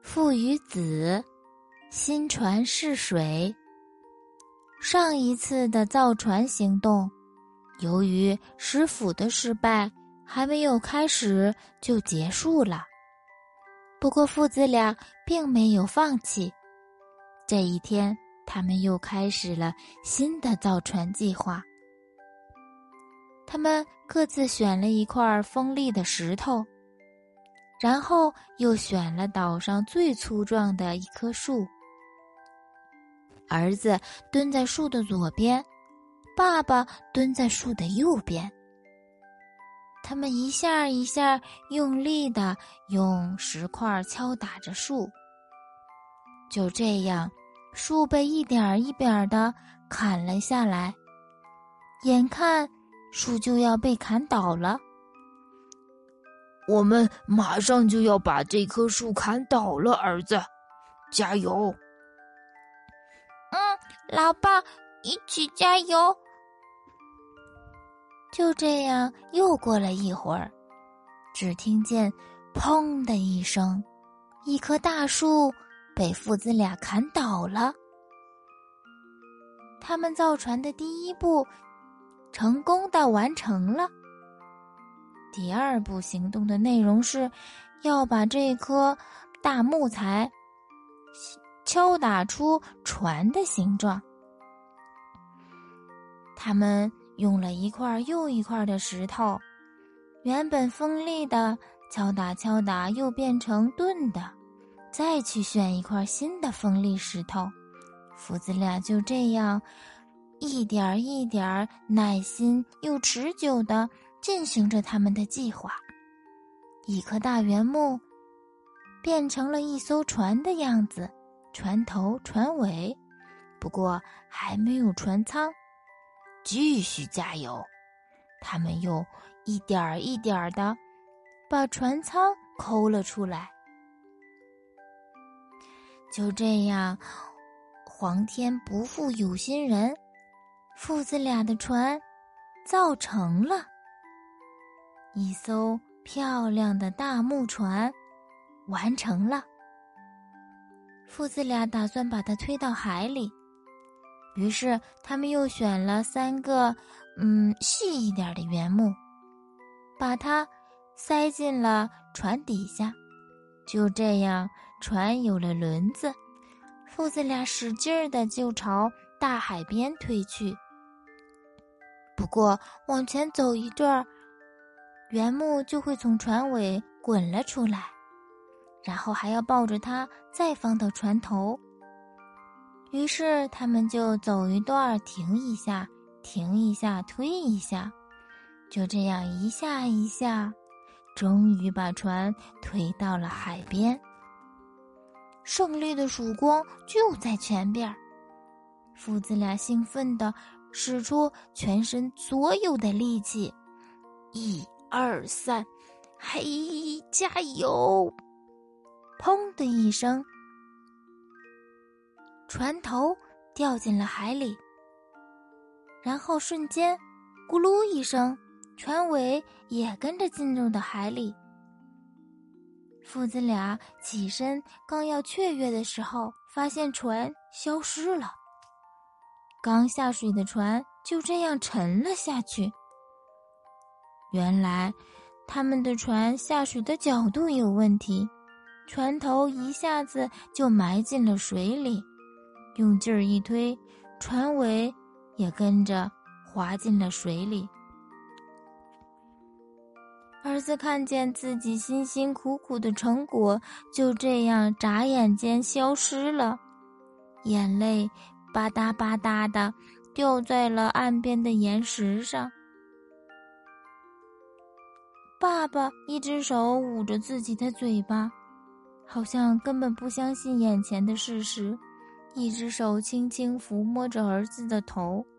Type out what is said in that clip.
父与子，新船试水。上一次的造船行动，由于师傅的失败，还没有开始就结束了。不过父子俩并没有放弃，这一天他们又开始了新的造船计划。他们各自选了一块锋利的石头，然后又选了岛上最粗壮的一棵树。儿子蹲在树的左边，爸爸蹲在树的右边。他们一下一下用力地用石块敲打着树。就这样，树被一点一点地砍了下来，眼看树就要被砍倒了。 我们马上就要把这棵树砍倒了，儿子，加油！ 老爸，一起加油！ 就这样，又过了一会儿，只听见“砰”的一声，一棵大树被父子俩砍倒了。他们造船的第一步成功地完成了。第二步行动的内容是要把这棵大木材敲打出船的形状。他们用了一块又一块的石头，原本锋利的敲打敲打又变成钝的，再去选一块新的锋利石头。父子俩就这样一点一点耐心又持久地进行着他们的计划。一棵大圆木变成了一艘船的样子，船头船尾，不过还没有船舱。继续加油！他们又一点一点地把船舱抠了出来。就这样，皇天不负有心人，父子俩的船造成了。一艘漂亮的大木船完成了。父子俩打算把它推到海里，于是他们又选了3个细一点的原木，把它塞进了船底下。就这样，船有了轮子，父子俩使劲儿的就朝大海边推去。不过往前走一段，原木就会从船尾滚了出来，然后还要抱着它再放到船头。于是他们就走一段停一下，停一下，推一下，就这样一下一下，终于把船推到了海边。胜利的曙光就在前边，父子俩兴奋地使出全身所有的力气，1、2、3，嘿，加油！砰的一声，船头掉进了海里，然后瞬间咕噜一声，船尾也跟着进入到海里。父子俩起身刚要雀跃的时候，发现船消失了。刚下水的船就这样沉了下去。原来他们的船下水的角度有问题，船头一下子就埋进了水里，用劲儿一推，船尾也跟着滑进了水里。儿子看见自己辛辛苦苦的成果就这样眨眼间消失了，眼泪吧嗒吧嗒的掉在了岸边的岩石上。爸爸一只手捂着自己的嘴巴，好像根本不相信眼前的事实，一只手轻轻抚摸着儿子的头。